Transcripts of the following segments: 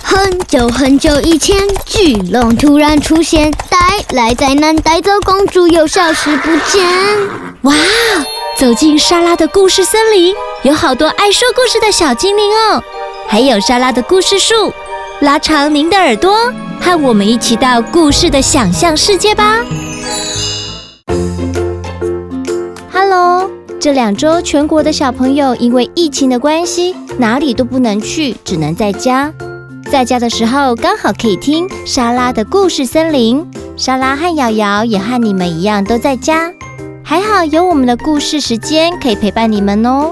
很久很久以前，巨龙突然出现，带来灾难，带走公主，又消失不见。 哇！走进莎拉的故事森林，有好多爱说故事的小精灵哦，还有莎拉的故事树。拉长您的耳朵，和我们一起到故事的想象世界吧。Hello， 这2周全国的小朋友因为疫情的关系，哪里都不能去，只能在家。在家的时候，刚好可以听莎拉的故事森林。莎拉和瑶瑶也和你们一样都在家，还好有我们的故事时间可以陪伴你们哦。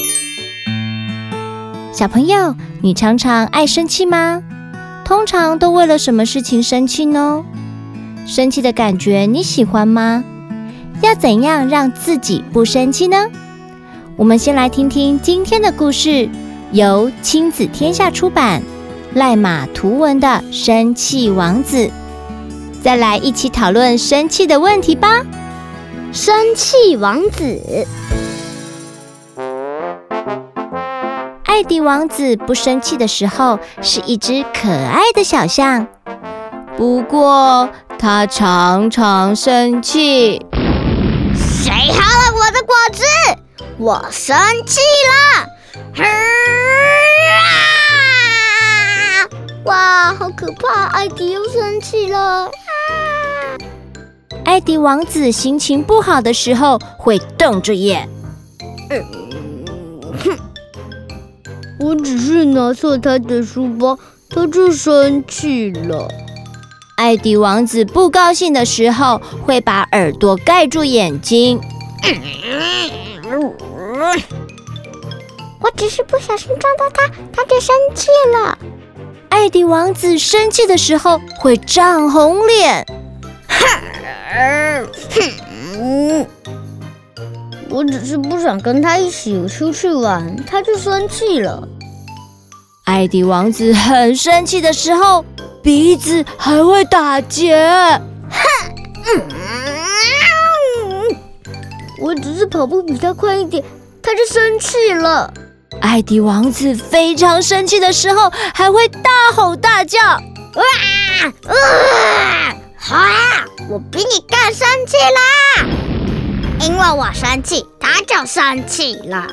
小朋友，你常常爱生气吗？通常都为了什么事情生气呢？生气的感觉你喜欢吗？要怎样让自己不生气呢？我们先来听听今天的故事，由亲子天下出版，赖马图文的《生气王子》。再来一起讨论生气的问题吧。 生气王子。 艾迪王子不生气的时候是一只可爱的小象，不过他常常生气。 谁好了我的果子？我生气了！哇，好可怕！艾迪又生气了！ 艾迪王子心情不好的时候会瞪着眼。 我只是拿错他的书包，他就生气了。 艾迪王子不高兴的时候会把耳朵盖住眼睛。 我只是不小心撞到他，他就生气了。 艾迪王子生气的时候会涨红脸。 我只是不想跟他一起出去玩，他就生气了。 艾迪王子很生气的时候，鼻子还会打结。 我只是跑步比他快一点，他就生气了。 艾迪王子非常生气的时候，还会大吼大叫。 我比你更生气啦！因为我生气，他就生气了。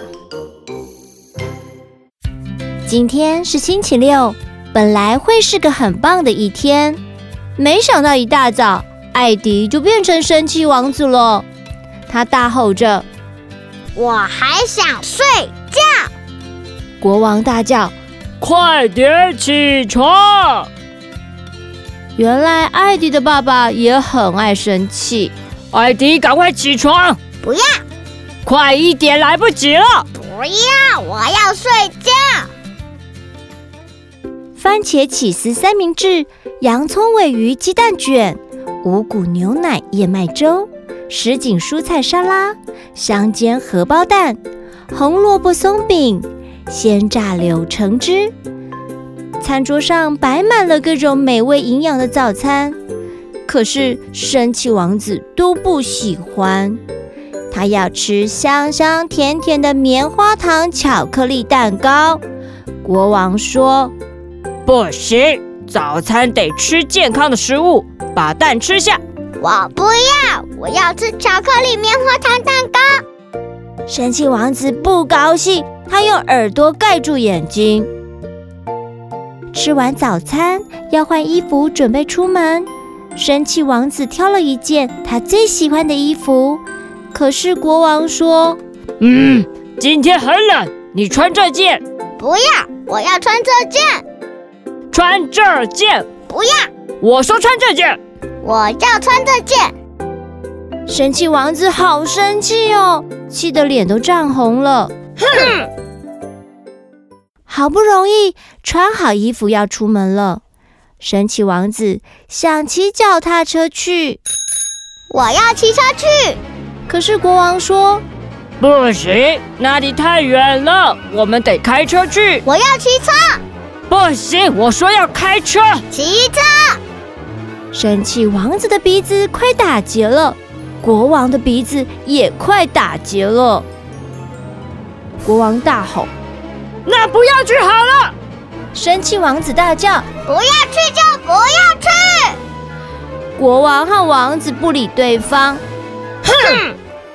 今天是星期六，本来会是个很棒的一天，没想到一大早，艾迪就变成生气王子了。他大吼着：“ 我还想睡觉！” 国王大叫：“ 快点起床！” 原来艾迪的爸爸也很爱生气。 艾迪，赶快起床！ 不要！ 快一点，来不及了！ 不要，我要睡觉！ 番茄起司三明治、洋葱鲔鱼鸡蛋卷、五谷牛奶燕麦粥、什锦蔬菜沙拉、香煎荷包蛋、红萝卜松饼、鲜榨柳橙汁。餐桌上摆满了各种美味营养的早餐，可是生气王子都不喜欢。他要吃香香甜甜的棉花糖巧克力蛋糕。国王说：“ 不行，早餐得吃健康的食物，把蛋吃下。” 我不要，我要吃巧克力棉花糖蛋糕。 生气王子不高兴，他用耳朵盖住眼睛。吃完早餐，要换衣服准备出门。生气王子挑了一件他最喜欢的衣服，可是国王说：“ 今天很冷，你穿这件。” 不要，我要穿这件。 穿这件。 不要， 我说穿这件。 我要穿这件。 生气王子好生气哦，气得脸都涨红了。好不容易穿好衣服要出门了，生气王子想骑脚踏车去。 我要骑车去。 可是国王说：“ 不行，那里太远了，我们得开车去。” 我要骑车。 不行，我说要开车。 骑车。 生气王子的鼻子快打结了，国王的鼻子也快打结了。国王大吼：“ 那不要去好了！” 生气王子大叫：“ 不要去就不要去！” 国王和王子不理对方。 哼！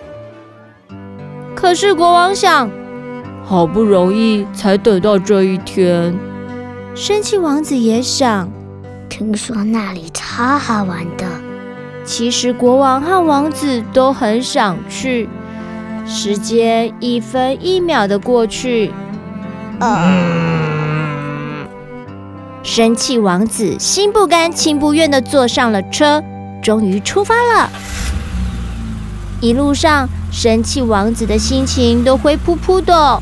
可是国王想， 好不容易才等到这一天。 生气王子也想， 听说那里超好玩的。 其实国王和王子都很想去。时间一分一秒的过去。生气王子心不甘情不愿地坐上了车，终于出发了。一路上，生气王子的心情都灰扑扑的。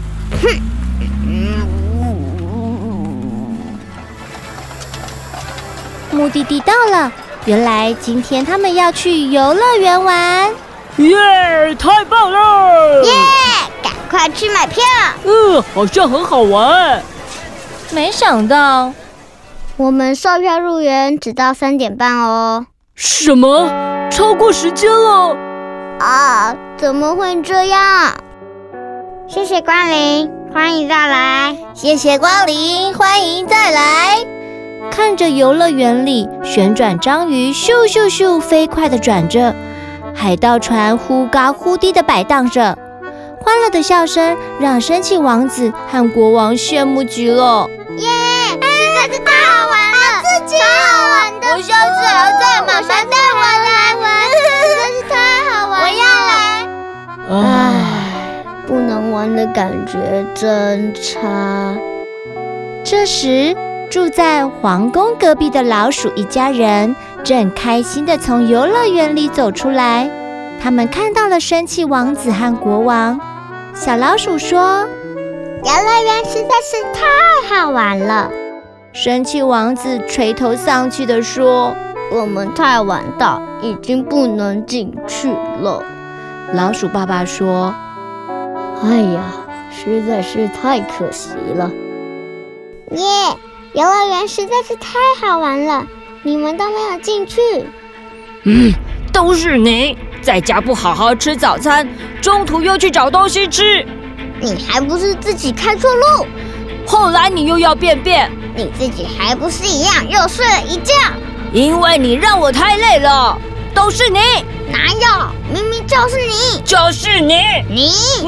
目的地到了，原来今天他们要去游乐园玩。 耶，太棒了！ 耶，赶快去买票。 好像很好玩。 没想到， 我们售票入园直到3点半哦。 什么？超过时间了？ 啊，怎么会这样？谢谢光临，欢迎再来。 谢谢光临，欢迎再来。看着游乐园里旋转章鱼咻咻咻飞快地转着，海盗船忽高忽低地摆荡着，欢乐的笑声让生气王子和国王羡慕极了。 耶，实在是太好玩了，刺激，太好玩的。 我下次还要再马上再回来玩， 实在是太好玩了。 我要来。 唉，不能玩的感觉真差。 这时，住在皇宫隔壁的老鼠一家人正开心地从游乐园里走出来。他们看到了生气王子和国王。小老鼠说：“ 游乐园实在是太好玩了。” 生气王子垂头丧气地说：“ 我们太晚到，已经不能进去了。” 老鼠爸爸说：“ 哎呀，实在是太可惜了。”耶，游乐园实在是太好玩了，你们都没有进去。 都是你，在家不好好吃早餐，中途又去找东西吃。 你还不是自己开错路？ 后来你又要便便， 你自己还不是一样，又睡了一觉。 因为你让我太累了，都是你。 哪有？明明就是你。 就是你。 你。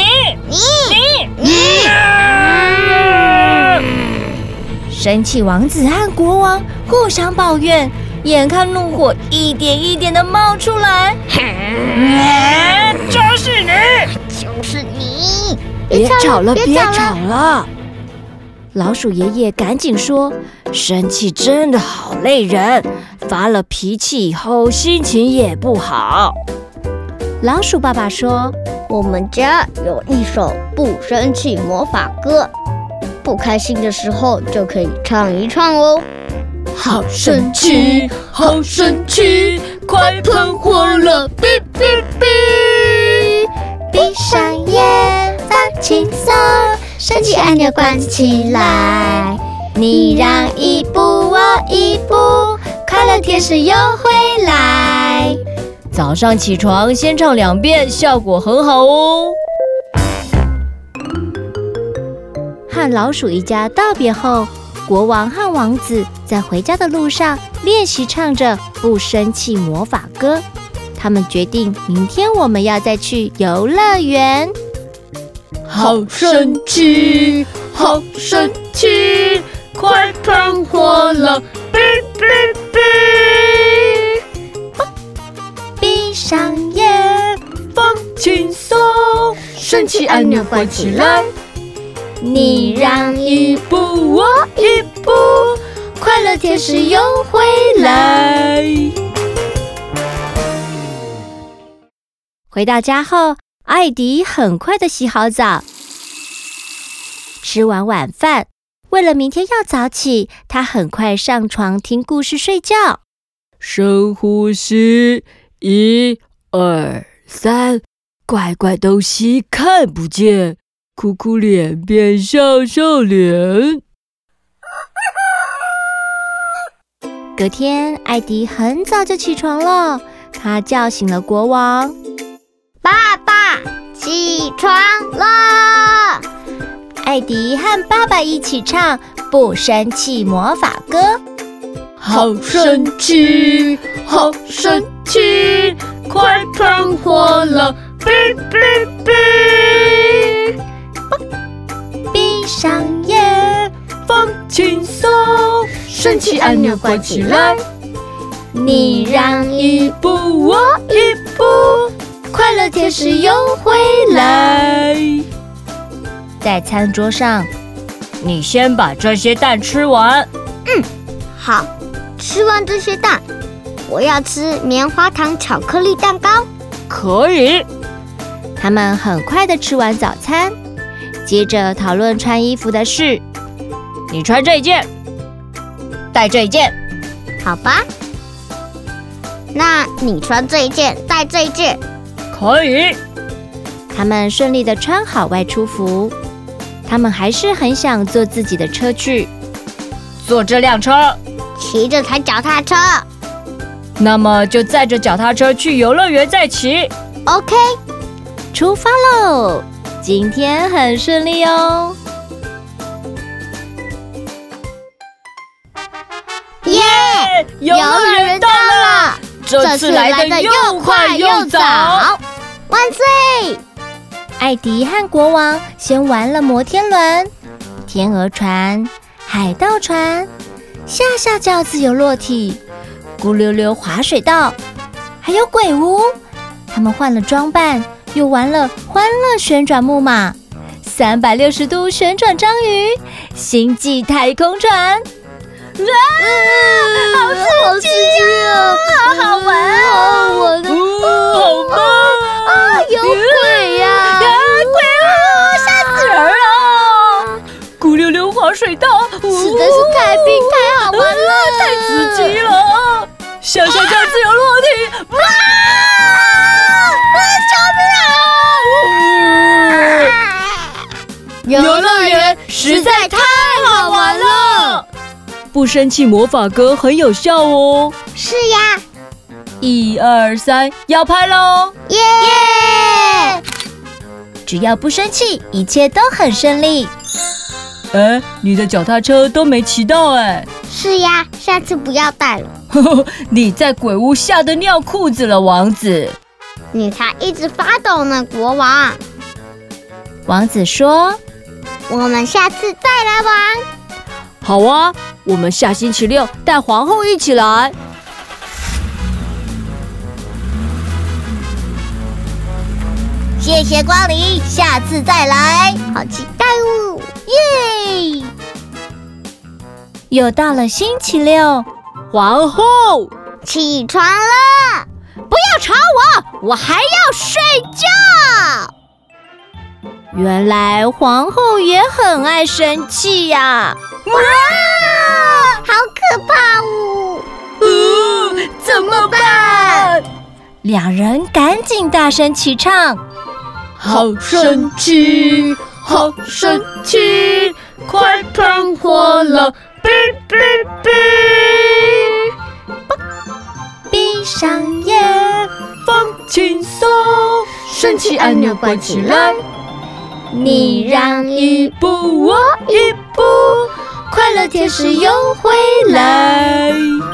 生气王子和国王互相抱怨，眼看怒火一点一点地冒出来。 就是你， 就是你！ 别吵了，别吵了！老鼠爷爷赶紧说：“生气真的好累人，发了脾气以后心情也不好。”老鼠爸爸说：“ 我们家有一首不生气魔法歌，不开心的时候就可以唱一唱哦。” 好生气，好生气，快喷火了！哔哔哔！ 闭上眼，放轻松，生气按钮关起来。你让一步，我一步，快乐天使又回来。 早上起床先唱2遍，效果很好哦。 和老鼠一家道别后，国王和王子在回家的路上练习唱着不生气魔法歌。他们决定明天我们要再去游乐园。 好生气，好生气，快喷火了！哔哔哔！ 闭上眼， 放轻松，生气按钮关起来。 你让一步，我一步，快乐天使又回来。回到家后，艾迪很快的洗好澡，吃完晚饭，为了明天要早起，他很快上床听故事睡觉。 深呼吸，1、2、3，怪怪东西看不见，哭哭脸变笑笑脸。 隔天，艾迪很早就起床了，他叫醒了国王。 爸爸，起床了！ 艾迪和爸爸一起唱不生气魔法歌。 好生气，好生气，快喷火了！哔哔哔！ 闭上眼， 放轻松，生气按钮关起来。 你让一步，我一步，快乐天使又回来。在餐桌上， 你先把这些蛋吃完。 好，吃完这些蛋，我要吃棉花糖巧克力蛋糕。 可以。 他们很快地吃完早餐，接着讨论穿衣服的事。 你穿这一件，戴这一件， 好吧？那你穿这一件，戴这一件， 可以。 他们顺利地穿好外出服，他们还是很想坐自己的车去。 坐这辆车， 骑着台脚踏车。 那么就载着脚踏车去游乐园再骑。 OK， 出发喽！今天很顺利哦。 耶！游乐园到了！这次来的又快又早，万岁！ 艾迪和国王先玩了摩天轮、天鹅船、海盗船、下下轿自由落体、咕溜溜滑水道，还有鬼屋。他们换了装扮，又玩了欢乐旋转木马、360度旋转章鱼、星际太空船。 好刺激啊！ 好好玩哦！ 我的好棒啊！有鬼呀！ 鬼啊！吓死人了！ 咕溜溜滑水道， 实在是太冰太好玩了， 太刺激了！下下轿自由落体， 救命啊！ 游乐园实在太好玩了。不生气魔法歌很有效哦。 是呀 ！1、2、3，要拍喽！ 耶！ 只要不生气，一切都很顺利。 哎，你的脚踏车都没骑到哎。 是呀，下次不要带了。 你在鬼屋吓得尿裤子了，王子。 你才一直发抖呢，国王。 王子说：“ 我们下次再来玩。” 好啊，我们下星期6带皇后一起来。 谢谢光临，下次再来， 好期待哦！ 耶！又到了星期6， 皇后起床了， 不要吵我，我还要睡觉。原来皇后也很爱生气呀！ 好可怕哦！ 怎么办？两人赶紧大声齐唱： 好生气，好生气，快喷火了！哔哔哔！ 闭上眼， 放轻松，生气按钮关起来。 你让一步，我一步，快乐天使又回来。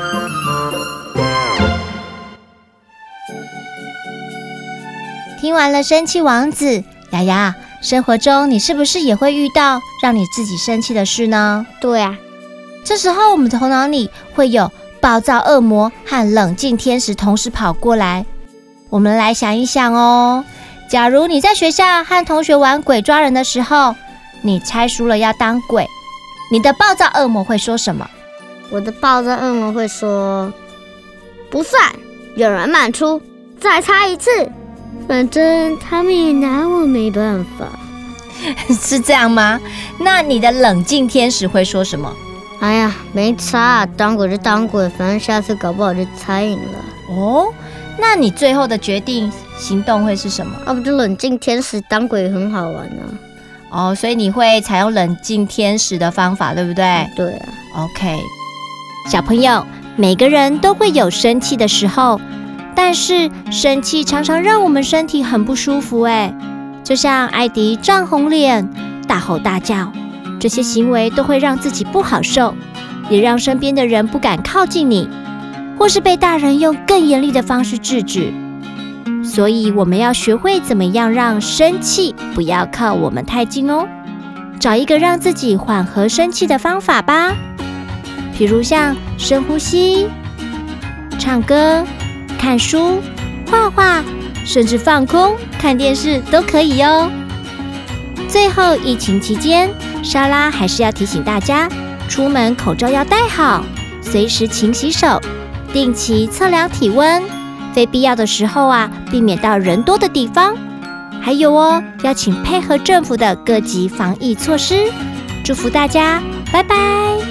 听完了生气王子，雅雅，生活中你是不是也会遇到让你自己生气的事呢？ 对啊， 这时候我们头脑里会有暴躁恶魔和冷静天使同时跑过来。我们来想一想哦，假如你在学校和同学玩鬼抓人的时候，你猜输了要当鬼，你的暴躁恶魔会说什么？ 我的暴躁恶魔会说：“不算，有人满出，再猜一次。反正他们也拿我没办法。” 是这样吗？那你的冷静天使会说什么？ 哎呀，没差，当鬼就当鬼，反正下次搞不好就猜赢了。 哦，那你最后的决定行动会是什么？ 不就冷静天使当鬼很好玩啊。 哦，所以你会采用冷静天使的方法，对不对？ 对啊。 OK， 小朋友，每个人都会有生气的时候，但是生气常常让我们身体很不舒服哎。就像艾迪涨红脸、大吼大叫， 这些行为都会让自己不好受，也让身边的人不敢靠近你，或是被大人用更严厉的方式制止。所以我们要学会怎么样让生气不要靠我们太近哦，找一个让自己缓和生气的方法吧。比如像深呼吸、唱歌、看书、画画，甚至放空、看电视都可以哦。最后，疫情期间，莎拉还是要提醒大家，出门口罩要戴好，随时勤洗手，定期测量体温，非必要的时候避免到人多的地方。还有哦，要请配合政府的各级防疫措施。祝福大家，拜拜。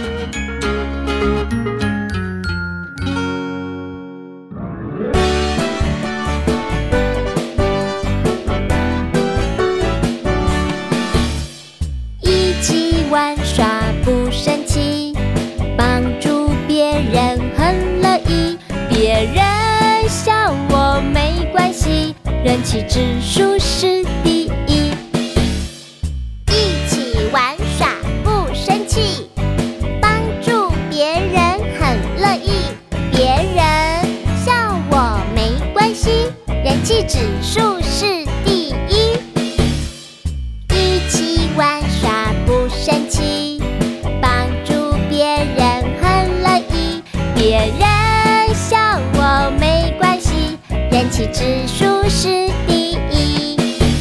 一起玩耍不生气，帮助别人很乐意，别人笑我没关系，人气指数是第一。一起玩耍不生气，帮助别人很乐意，别人笑我没关系，人气指数是第一。一起玩耍不生气，帮助别人很乐意，别人笑我没关系，人气指数是第一。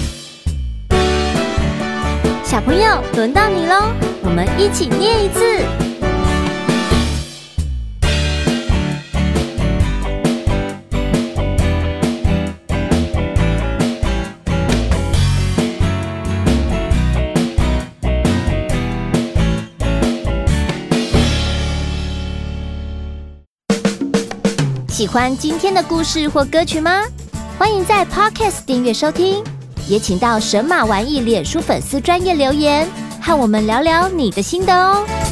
小朋友，轮到你咯，我们一起念一次。喜欢今天的故事或歌曲吗？欢迎在 Podcast 订阅收听，也请到神马玩意脸书粉丝专页留言，和我们聊聊你的心得哦。